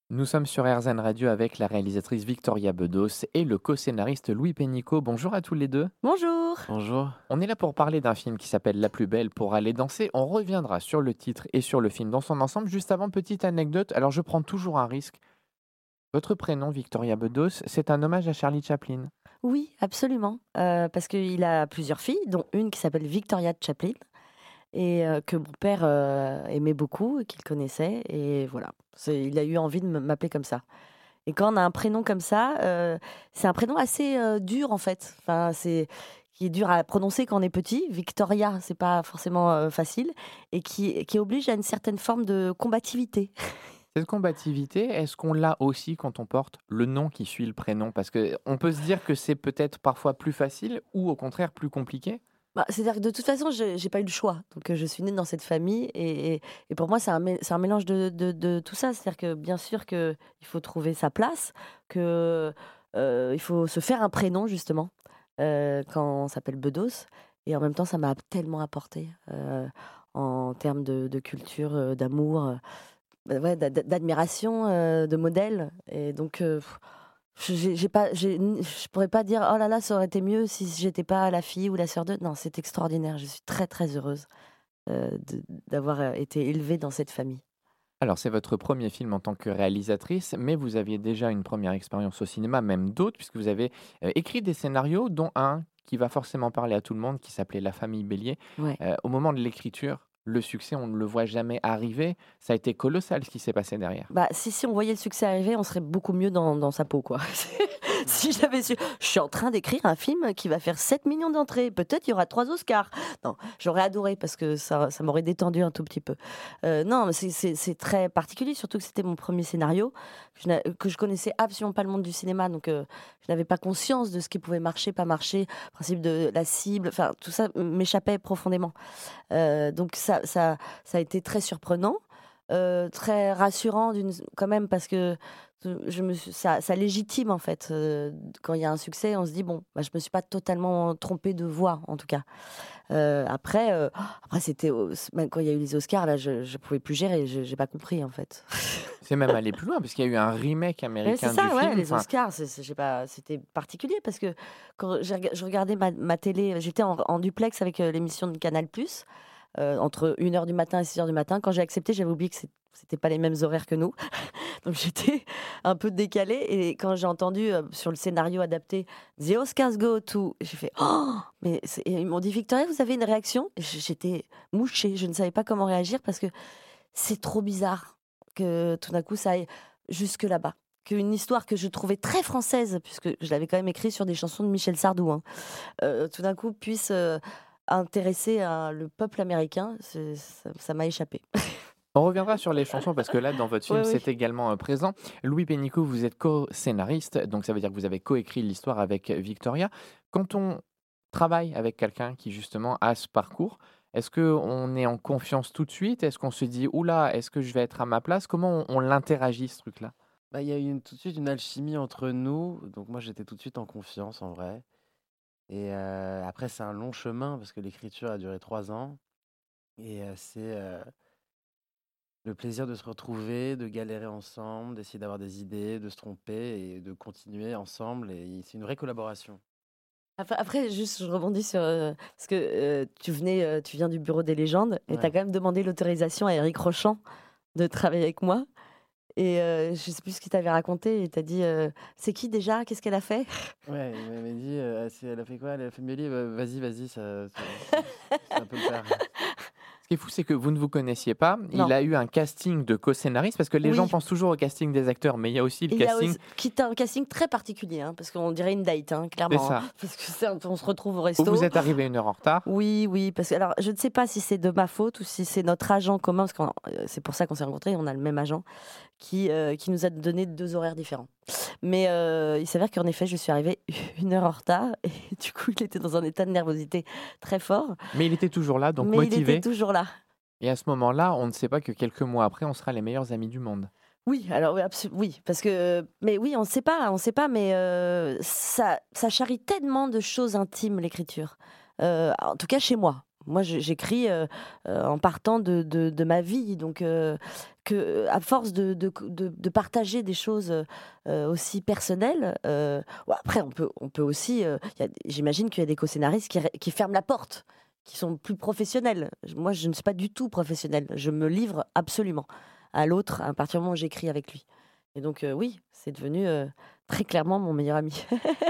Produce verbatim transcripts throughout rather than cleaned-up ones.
Nous sommes sur R Z N Radio avec la réalisatrice Victoria Bedos et le co-scénariste Louis Pénicaud. Bonjour à tous les deux. Bonjour. Bonjour. On est là pour parler d'un film qui s'appelle La plus belle pour aller danser. On reviendra sur le titre et sur le film dans son ensemble. Juste avant, petite anecdote. Alors, je prends toujours un risque. Votre prénom, Victoria Bedos, c'est un hommage à Charlie Chaplin. Oui, absolument. Euh, parce qu'il a plusieurs filles, dont une qui s'appelle Victoria Chaplin, et euh, que mon père euh, aimait beaucoup, et qu'il connaissait. Et voilà, C'est- il a eu envie de m- m'appeler comme ça. Et quand on a un prénom comme ça, euh, c'est un prénom assez euh, dur en fait. Enfin, c'est qui est dur à prononcer quand on est petit. Victoria, c'est pas forcément euh, facile, et qui, qui oblige à une certaine forme de combativité. Cette combativité, est-ce qu'on l'a aussi quand on porte le nom qui suit le prénom? Parce qu'on peut se dire que c'est peut-être parfois plus facile ou au contraire plus compliqué. Bah, c'est-à-dire que de toute façon, je j'ai pas eu le choix. Donc, heu, je suis née dans cette famille et et et pour moi, c'est un mé c'est un mélange de de de tout ça. C'est-à-dire que, bien sûr, qu'il faut trouver sa place, que, heu, il faut se faire un prénom justement, heu, quand on s'appelle Bedos, et en même temps, ça m'a tellement apporté, heu, en termes de de culture, heu, d'amour, heu, bah, ouais, d'a d'a d'admiration, heu, de modèle. Et donc, heu j'ai j'ai pas j'ai n je pourrais pas dire: «Oh là là, ça aurait été mieux si j'étais pas la fille ou la sœur de». Non, c'est extraordinaire. Je suis très, très heureuse, heu, de d'avoir, heu, été élevée dans cette famille. Alors, c'est votre premier film en tant que réalisatrice, mais vous aviez déjà une première expérience au cinéma, même d'autres, puisque vous avez euh, écrit des scénarios, dont un qui va forcément parler à tout le monde, qui s'appelait La famille Bélier. Ouais. Euh, au moment de l'écriture, le succès, on ne le voit jamais arriver. Ça a été colossal ce qui s'est passé derrière. Bah, si si on voyait le succès arriver, on serait beaucoup mieux dans dans sa peau, quoi. Si j'avais su: «Je suis en train d'écrire un film qui va faire sept millions d'entrées, peut-être il y aura trois Oscars». Non, j'aurais adoré parce que ça ça m'aurait détendu un tout petit peu. Heu, non, mais c'est c'est c'est très particulier, surtout que c'était mon premier scénario, que je n'a que je connaissais absolument pas le monde du cinéma, donc heu, je n'avais pas conscience de ce qui pouvait marcher, pas marcher, principe de la cible, enfin tout ça m'échappait profondément. Heu, donc ça ça ça a été très surprenant, heu, très rassurant d'une quand même parce que, heu, je me suis ça ça légitime en fait, heu, quand il y a un succès, on se dit: «Bon, bah, je me suis pas totalement trompée de voie en tout cas». Heu, après, heu, après c'était au s même quand il y a eu les Oscars là, je je pouvais plus gérer, je j'ai pas compris en fait. C'est même allé plus loin, parce qu'il y a eu un remake Ouais, c'est américain du ça, ouais, film. les Enfin, Oscars, c'est c'est j'ai pas c'était particulier parce que quand j'ai rega je regardais ma ma télé, j'étais en en duplex avec, heu, l'émission de Canal+, heu, entre une heure du matin et six heures du matin. Quand j'ai accepté, j'avais oublié que c'ét c'était pas les mêmes horaires que nous. Donc j'étais un peu décalée, et quand j'ai entendu, heu, sur le scénario adapté: «The Oscars go to», j'ai fait: «Oh!» Mais c'est et ils m'ont dit: «Victoria, vous avez une réaction?» J J'étais mouchée, je ne savais pas comment réagir parce que c'est trop bizarre que tout d'un coup ça aille jusque là-bas. Qu'une histoire que je trouvais très française, puisque je l'avais quand même écrit sur des chansons de Michel Sardou, hein, heu, tout d'un coup puisse, heu, intéresser, heu, le peuple américain, c'est ça ça m'a échappé. on reviendra sur les chansons, parce que là, dans votre Oui, film, oui. c'est également euh, présent. Louis Pénicaud, vous êtes co-scénariste, donc ça veut dire que vous avez coécrit l'histoire avec Victoria. Quand on travaille avec quelqu'un qui justement a ce parcours, est-ce qu'on est en confiance tout de suite? Est-ce qu'on se dit: «Ouh là, est-ce que je vais être à ma place?» Comment on on l'interagit, ce truc-là? Bah, il y a eu une tout de suite une alchimie entre nous, donc moi j'étais tout de suite en confiance en vrai. Et heu, après c'est un long chemin parce que l'écriture a duré trois ans et heu, c'est, heu, le plaisir de se retrouver, de galérer ensemble, d'essayer d'avoir des idées, de se tromper et de continuer ensemble et c'est une vraie collaboration. Après après juste je rebondis sur, heu, parce que, heu, tu venais, heu, tu viens du bureau des légendes et tu as Ouais, quand même demandé l'autorisation à Éric Rochant de travailler avec moi, et heu, je sais plus ce qu'il t'avait raconté, il t'a dit, heu: «C'est qui déjà? Qu'est-ce qu'elle a fait?» ouais, il m'avait dit, heu: «Ah c'est elle a fait quoi? Elle a fait Mélie? Bah, vas-y, vas-y, ça ça ça ça peut le faire». Ce qui est fou, c'est que vous ne vous connaissiez pas. Il Non. a eu un casting de co-scénariste, parce que les gens Oui. pensent toujours au casting des acteurs, mais il y a aussi le Et il y a casting. aussi qui est un casting très particulier, hein, parce qu'on dirait une date, hein, C'est clairement, hein, ça. parce que c'est un on se retrouve au Où vous resto. êtes arrivé une heure en retard. Oui, oui, parce que alors je ne sais pas si c'est de ma faute ou si c'est notre agent commun, parce qu'on heu, c'est pour ça qu'on s'est rencontrés, on a le même agent qui, heu, qui nous a donné deux horaires différents. Mais, heu, il s'avère qu'en effet, je suis arrivée une heure en retard et du coup, il était dans un état de nervosité très fort, Mais il était toujours là, donc mais il était motivé. toujours là. Et à ce moment-là, on ne sait pas que quelques mois après, on sera les meilleurs amis du monde. Oui, alors oui, abso oui, parce que mais oui, on ne sait pas, on ne sait pas, mais heu, ça ça charrie tellement de choses intimes, l'écriture. Heu, en tout cas chez moi. Moi, je j'écris, heu heu, en partant de de de ma vie, donc heu, que à force de, de, de, de partager des choses euh, aussi personnelles, euh, bon, après on peut, on peut aussi, euh, y a, j'imagine qu'il y a des co-scénaristes qui, qui ferment la porte, qui sont plus professionnels. Moi, je ne suis pas du tout professionnelle. Je me livre absolument à l'autre à partir du moment où j'écris avec lui. Et donc, euh, oui, c'est devenu euh, très clairement mon meilleur ami.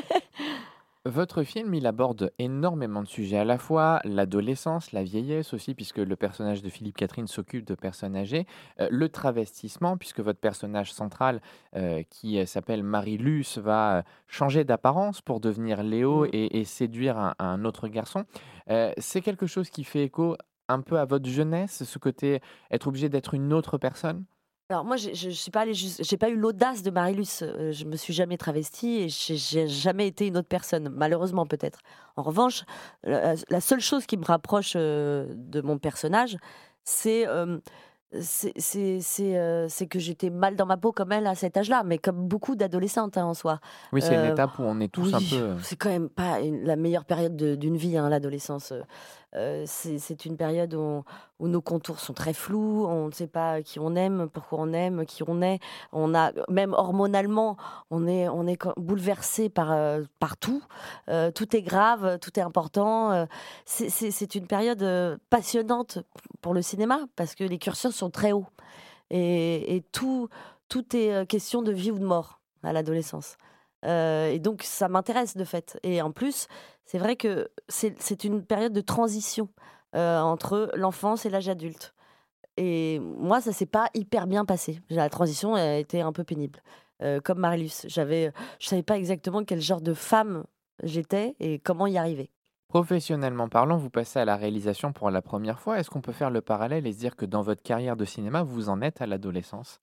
Votre film, il aborde énormément de sujets, à la fois l'adolescence, la vieillesse aussi, puisque le personnage de Philippe Catherine s'occupe de personnes âgées, euh, le travestissement, puisque votre personnage central, euh, qui euh, s'appelle Marie-Luce, va euh, changer d'apparence pour devenir Léo Mm. et, et séduire un, un autre garçon. Euh, c'est quelque chose qui fait écho un peu à votre jeunesse, ce côté être obligé d'être une autre personne? Alors moi, j'ai- je suis pas allée jus- j'ai pas eu l'audace de Marie-Luce. Euh, je me suis jamais travestie et j'ai j'ai jamais été une autre personne, malheureusement peut-être. En revanche, la, la seule chose qui me rapproche euh, de mon personnage, c'est euh, c'est c'est- c'est, euh, c'est que j'étais mal dans ma peau comme elle à cet âge-là, mais comme beaucoup d'adolescentes hein, en soi. Oui, c'est une Euh, étape où on est tous un peu... oui, euh, c'est quand même pas une- la meilleure période de- d'une vie, hein, l'adolescence. Euh, euh, c'est c'est une période où, on- où nos contours sont très flous, on ne sait pas qui on aime, pourquoi on aime, qui on est. On a même hormonalement, on est on est co- bouleversé par euh, par tout. Euh, tout est grave, tout est important. Euh, c'est c'est- c'est une période euh, passionnante pour le cinéma parce que les curseurs sont très hauts et, et tout tout est euh, question de vie ou de mort à l'adolescence. Euh, et donc, ça m'intéresse de fait. Et en plus, c'est vrai que c'est c'est une période de transition euh, entre l'enfance et l'âge adulte. Et moi, ça s'est pas hyper bien passé. La transition a été un peu pénible. Euh, comme Marius, j'avais, je savais pas exactement quel genre de femme j'étais et comment y arriver. Professionnellement parlant, vous passez à la réalisation pour la première fois. Est-ce qu'on peut faire le parallèle et se dire que dans votre carrière de cinéma, vous en êtes à l'adolescence?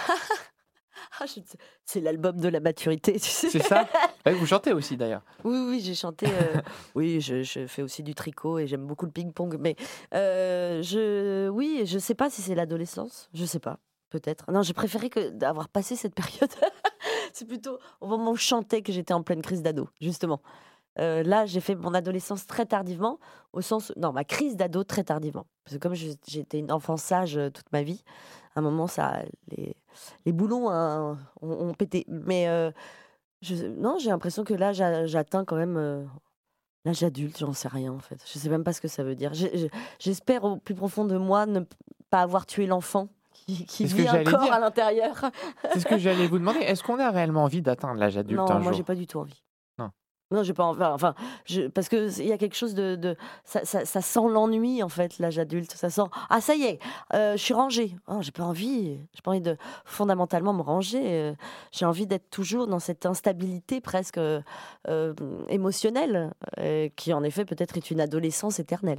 Ah, je ne sais- c'est l'album de la maturité, tu sais. C'est ça? Ouais, vous chantez aussi d'ailleurs. Oui, oui, j'ai chanté. euh, oui, je, je fais aussi du tricot et j'aime beaucoup le ping-pong. Mais euh, je, oui, je sais pas si c'est l'adolescence. Je sais pas. Peut-être. Non, j'ai préféré que d'avoir passé cette période. C'est plutôt au moment où je chantais que j'étais en pleine crise d'ado, justement. Euh, là, j'ai fait mon adolescence très tardivement, au sens, non, ma crise d'ado très tardivement. Parce que comme je- j'ai été une enfant sage euh, toute ma vie, à un moment, ça, les, les boulons hein, ont, ont pété. Mais euh, je- non, j'ai l'impression que là, j'a- j'atteins quand même euh, l'âge adulte, j'en sais rien en fait. Je sais même pas ce que ça veut dire. J'ai- j'ai- J'espère au plus profond de moi ne p- pas avoir tué l'enfant qui, qui C'est ce que vit j'allais encore dire. à l'intérieur. C'est ce que j'allais vous demander. Est-ce qu'on a réellement envie d'atteindre l'âge adulte Non, un moi, j'ai jour? pas du tout envie. Non. Non, j'ai pas envie. Enfin, je, parce que il y a quelque chose de, de ça, ça, ça sent l'ennui en fait, l'âge adulte. Ça sent ah ça y est, euh, je suis rangée. Oh, j'ai pas envie. J'ai pas envie de fondamentalement me ranger. euh, j'ai envie d'être toujours dans cette instabilité presque euh, euh, émotionnelle, euh, qui en effet peut-être est une adolescence éternelle.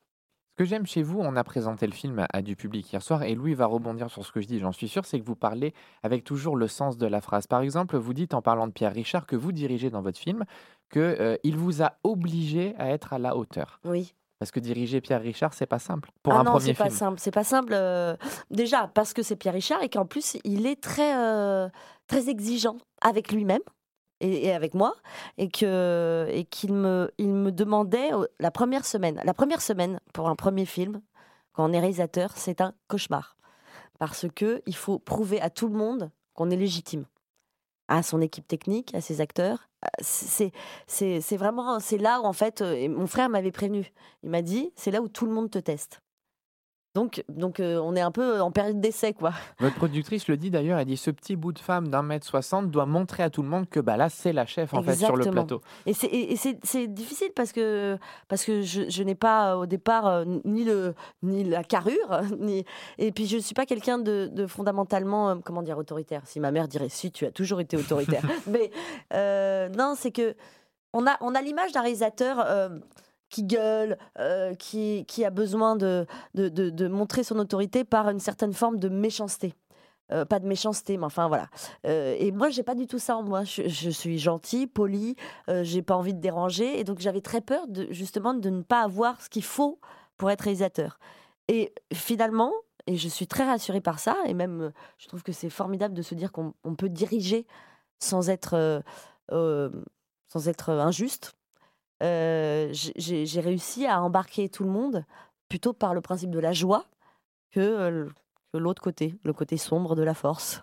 Ce que j'aime chez vous, on a présenté le film à, à du public hier soir et Louis va rebondir sur ce que je dis, j'en suis sûr, c'est que vous parlez avec toujours le sens de la phrase. Par exemple, vous dites en parlant de Pierre Richard que vous dirigez dans votre film que euh, il vous a obligé à être à la hauteur. Oui. Parce que diriger Pierre Richard, c'est pas simple pour Ah un non, premier c'est pas film. simple. C'est pas simple. euh, déjà parce que c'est Pierre Richard et qu'en plus il est très euh, très exigeant avec lui-même. Et, et avec moi, et que et qu'il me il me demandait euh, la première semaine, la première semaine pour un premier film, quand on est réalisateur, c'est un cauchemar parce que il faut prouver à tout le monde qu'on est légitime, à son équipe technique, à ses acteurs. Euh, C'est c'est c'est vraiment c'est là où en fait euh, et mon frère m'avait prévenu. Il m'a dit c'est là où tout le monde te teste. Donc donc euh, on est un peu en période d'essai quoi. Votre productrice le dit d'ailleurs, elle dit ce petit bout de femme d'un mètre soixante doit montrer à tout le monde que bah là c'est la chef en fait sur le Exactement. plateau. Et c'est et, et c'est c'est difficile parce que parce que je, je n'ai pas euh, au départ euh, ni le ni la carrure ni et puis je ne suis pas quelqu'un de, de fondamentalement euh, comment dire autoritaire. Si ma mère dirait si tu as toujours été autoritaire. Mais euh, non, c'est que on a on a l'image d'un réalisateur euh, qui gueule, euh, qui qui a besoin de de, de de montrer son autorité par une certaine forme de méchanceté. Euh, pas de méchanceté, mais enfin voilà. Euh, et moi, j'ai pas du tout ça en moi. Je, je suis gentille, polie, euh, j'ai pas envie de déranger, et donc j'avais très peur de justement de ne pas avoir ce qu'il faut pour être réalisateur. Et finalement, et je suis très rassurée par ça, et même euh, je trouve que c'est formidable de se dire qu'on on peut diriger sans être euh, euh, sans être injuste. Euh, j'ai j'ai réussi à embarquer tout le monde plutôt par le principe de la joie que, euh, que l'autre côté, le côté sombre de la force.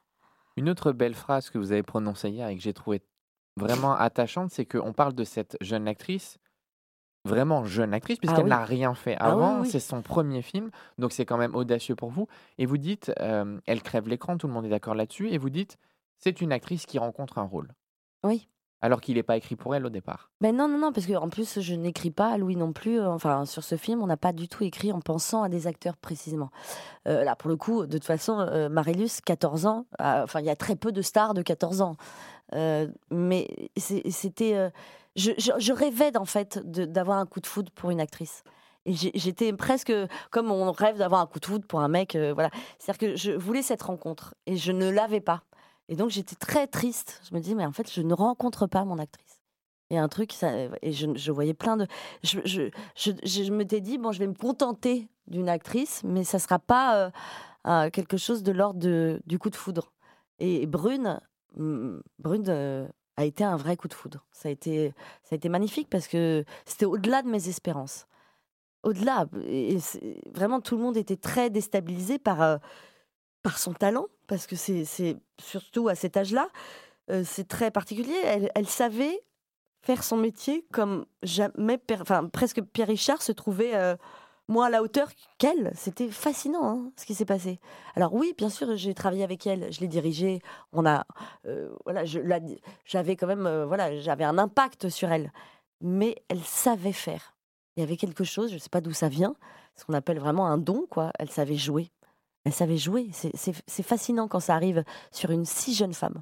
Une autre belle phrase que vous avez prononcée hier et que j'ai trouvée vraiment attachante, c'est qu'on parle de cette jeune actrice, vraiment jeune actrice, Ah puisqu'elle oui, n'a rien fait ah oui, avant, oui, c'est oui. son premier film, donc c'est quand même audacieux pour vous. Et vous dites, euh, elle crève l'écran, tout le monde est d'accord là-dessus, et vous dites, c'est une actrice qui rencontre un rôle, Oui. alors qu'il n'est pas écrit pour elle au départ. Ben non, non, non, parce qu'en plus, je n'écris pas, Louis non plus. euh, Enfin, sur ce film, on n'a pas du tout écrit en pensant à des acteurs précisément. Euh, là, pour le coup, de toute façon, euh, Marilus, quatorze ans, euh, enfin, il y a très peu de stars de quatorze ans. Euh, mais c'est- c'était. euh, je, je- je rêvais, en fait, de- d'avoir un coup de foudre pour une actrice. Et j'ai- j'étais presque comme on rêve d'avoir un coup de foudre pour un mec. euh, voilà. C'est-à-dire que je voulais cette rencontre et je ne l'avais pas. Et donc, j'étais très triste. Je me dis, mais en fait, je ne rencontre pas mon actrice. Il y a un truc, ça, et je, je voyais plein de. Je, je, je, je m'étais dit, bon, je vais me contenter d'une actrice, mais ça ne sera pas euh, euh, quelque chose de l'ordre de- du coup de foudre. Et Brune, hum, Brune euh, a été un vrai coup de foudre. Ça a été, ça a été magnifique parce que c'était au-delà de mes espérances. Au-delà. Et et c'est- vraiment, tout le monde était très déstabilisé par, euh, par son talent, parce que c'est c'est- surtout à cet âge-là, euh, c'est très particulier. Elle, elle savait faire son métier comme jamais, per- enfin presque Pierre Richard se trouvait euh, moins à la hauteur qu'elle. C'était fascinant hein, ce qui s'est passé. Alors oui, bien sûr, j'ai travaillé avec elle, je l'ai dirigée. On a, euh, voilà, je la- j'avais quand même, euh, voilà, j'avais un impact sur elle, mais elle savait faire. Il y avait quelque chose, je ne sais pas d'où ça vient, ce qu'on appelle vraiment un don, quoi. Elle savait jouer. Elle savait jouer. C'est c'est- c'est fascinant quand ça arrive sur une si jeune femme.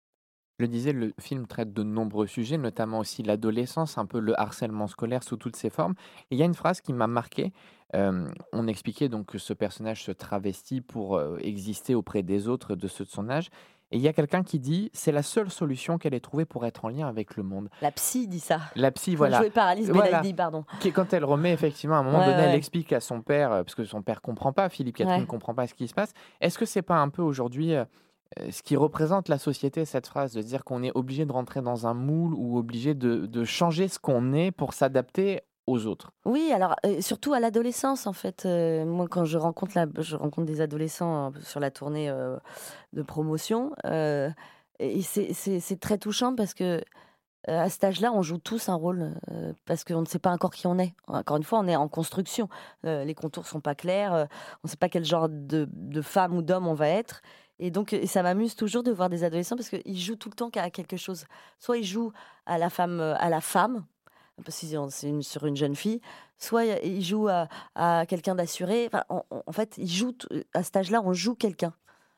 Je le disais, le film traite de nombreux sujets, notamment aussi l'adolescence, un peu le harcèlement scolaire sous toutes ses formes. Et il y a une phrase qui m'a marqué. Euh, on expliquait donc que ce personnage se travestit pour euh, exister auprès des autres, de ceux de son âge. Et il y a quelqu'un qui dit, c'est la seule solution qu'elle ait trouvée pour être en lien avec le monde. La psy dit ça. La psy, voilà. Jouée par Alice Voilà. Belaïdi, pardon. Qui- Quand elle remet effectivement, à un moment Ouais, donné, elle ouais. explique à son père, euh, parce que son père comprend pas, Philippe Catherine Ouais. comprend pas ce qui se passe. Est-ce que c'est pas un peu aujourd'hui euh, euh, ce qui représente la société, cette phrase, de dire qu'on est obligé de rentrer dans un moule ou obligé de, de changer ce qu'on est pour s'adapter aux autres? Oui, alors euh, surtout à l'adolescence en fait. Euh, moi, quand je rencontre la, je rencontre des adolescents euh, sur la tournée euh, de promotion, euh, et c'est c'est- c'est très touchant parce que euh, à cet âge-là, on joue tous un rôle euh, parce qu'on ne sait pas encore qui on est. Encore une fois, on est en construction. Euh, les contours sont pas clairs. euh, on ne sait pas quel genre de, de femme ou d'homme on va être. Et donc, et ça m'amuse toujours de voir des adolescents parce qu'ils jouent tout le temps à quelque chose. Soit ils jouent à la femme, euh, à la femme, parce que c'est une- sur une jeune fille. Soit ils jouent à, à quelqu'un d'assuré. Enfin, on- on- en fait, ils jouent t- à cet âge-là, on joue quelqu'un.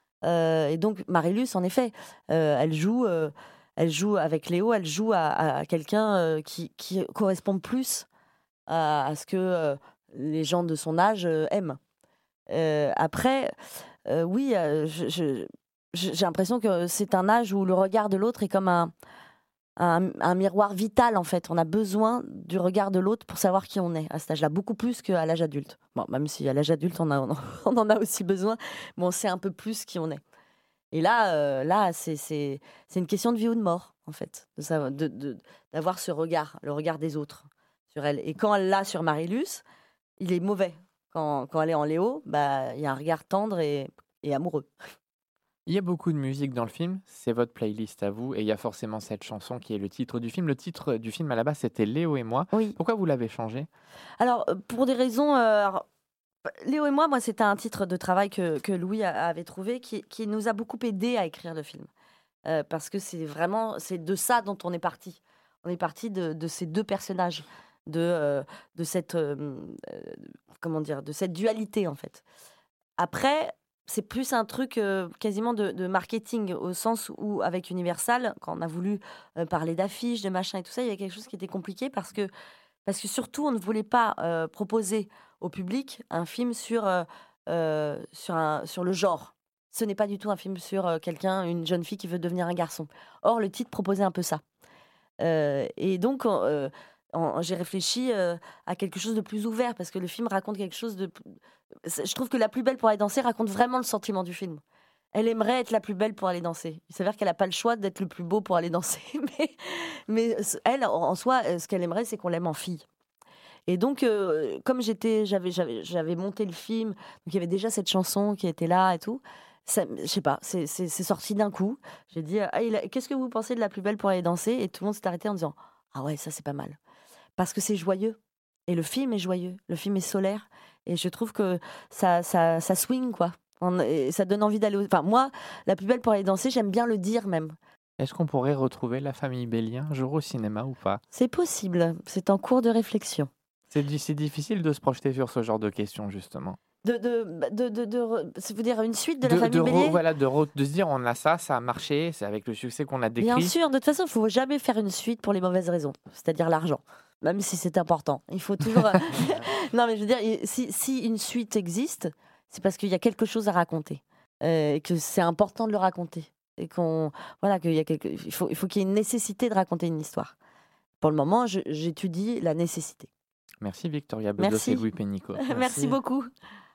Euh, et donc Marilus, en effet, euh, elle joue, euh, elle joue avec Léo, elle joue à, à quelqu'un euh, qui, qui correspond plus à, à ce que euh, les gens de son âge euh, aiment. Euh, après, euh, oui, euh, je- je- je- j'ai l'impression que c'est un âge où le regard de l'autre est comme un, un, un miroir vital, en fait. On a besoin du regard de l'autre pour savoir qui on est à cet âge-là, beaucoup plus qu'à l'âge adulte. Bon, même si à l'âge adulte, on, a, on en on en a aussi besoin, mais on sait un peu plus qui on est. Et là, euh, là c'est c'est- c'est une question de vie ou de mort, en fait, de savoir- de- de- d'avoir ce regard, le regard des autres sur elle. Et quand elle l'a sur Marilus, il est mauvais. Quand, quand elle est en Léo, bah, il y a un regard tendre et, et amoureux. Il y a beaucoup de musique dans le film, c'est votre playlist à vous, et il y a forcément cette chanson qui est le titre du film. Le titre du film à la base, c'était Léo et moi. Oui. Pourquoi vous l'avez changé? Alors, euh, pour des raisons... euh, alors, Léo et moi, moi c'était un titre de travail que, que Louis a- avait trouvé qui, qui nous a beaucoup aidé à écrire le film. Euh, parce que c'est vraiment c'est de ça dont on est parti. On est parti de, de ces deux personnages, de, euh, de cette euh, euh, comment dire, de cette dualité en fait. Après, c'est plus un truc euh, quasiment de, de marketing au sens où avec Universal, quand on a voulu euh, parler d'affiches, de machin et tout ça, il y avait quelque chose qui était compliqué parce que parce que surtout on ne voulait pas euh, proposer au public un film sur euh, euh, sur un sur le genre. Ce n'est pas du tout un film sur euh, quelqu'un, une jeune fille qui veut devenir un garçon. Or, le titre proposait un peu ça. Euh, et donc, euh, en- j'ai réfléchi euh, à quelque chose de plus ouvert, parce que le film raconte quelque chose de... C'est- Je trouve que La plus belle pour aller danser raconte vraiment le sentiment du film. Elle aimerait être la plus belle pour aller danser. Il s'avère qu'elle n'a pas le choix d'être le plus beau pour aller danser. Mais, mais elle, en en soi, euh, ce qu'elle aimerait, c'est qu'on l'aime en fille. Et donc, euh, comme j'étais, j'avais, j'avais, j'avais monté le film, donc il y avait déjà cette chanson qui était là et tout. Ça, je sais pas, c'est, c'est, c'est sorti d'un coup. J'ai dit, ah, il a- qu'est-ce que vous pensez de La plus belle pour aller danser? Et tout le monde s'est arrêté en disant, ah ouais, ça c'est pas mal. Parce que c'est joyeux. Et le film est joyeux, le film est solaire. Et je trouve que ça, ça, ça swing, quoi. On- et ça donne envie d'aller. au- Enfin, moi, La plus belle pour aller danser, j'aime bien le dire même. Est-ce qu'on pourrait retrouver la famille Bélier un jour au cinéma ou pas? C'est possible, c'est en cours de réflexion. C'est di- c'est difficile de se projeter sur ce genre de questions, justement. De, de, bah, de, de, de re- ça veut dire une suite de La De, famille de, re- Bélier? voilà, de, re- de se dire, on a ça, ça a marché, c'est avec le succès qu'on a Bien décrit. sûr, de toute façon, il ne faut jamais faire une suite pour les mauvaises raisons, c'est-à-dire l'argent, même si c'est important. Il faut toujours. Non, mais je veux dire, il- si, si une suite existe, c'est parce qu'il y a quelque chose à raconter, euh, et que c'est important de le raconter. Et qu'on. Voilà, qu'il y a quelque... il faut, il faut qu'il y ait une nécessité de raconter une histoire. Pour le moment, je- j'étudie la nécessité. Merci Victoria Bedos Merci. et Louis Pénicaud. Merci Merci. beaucoup.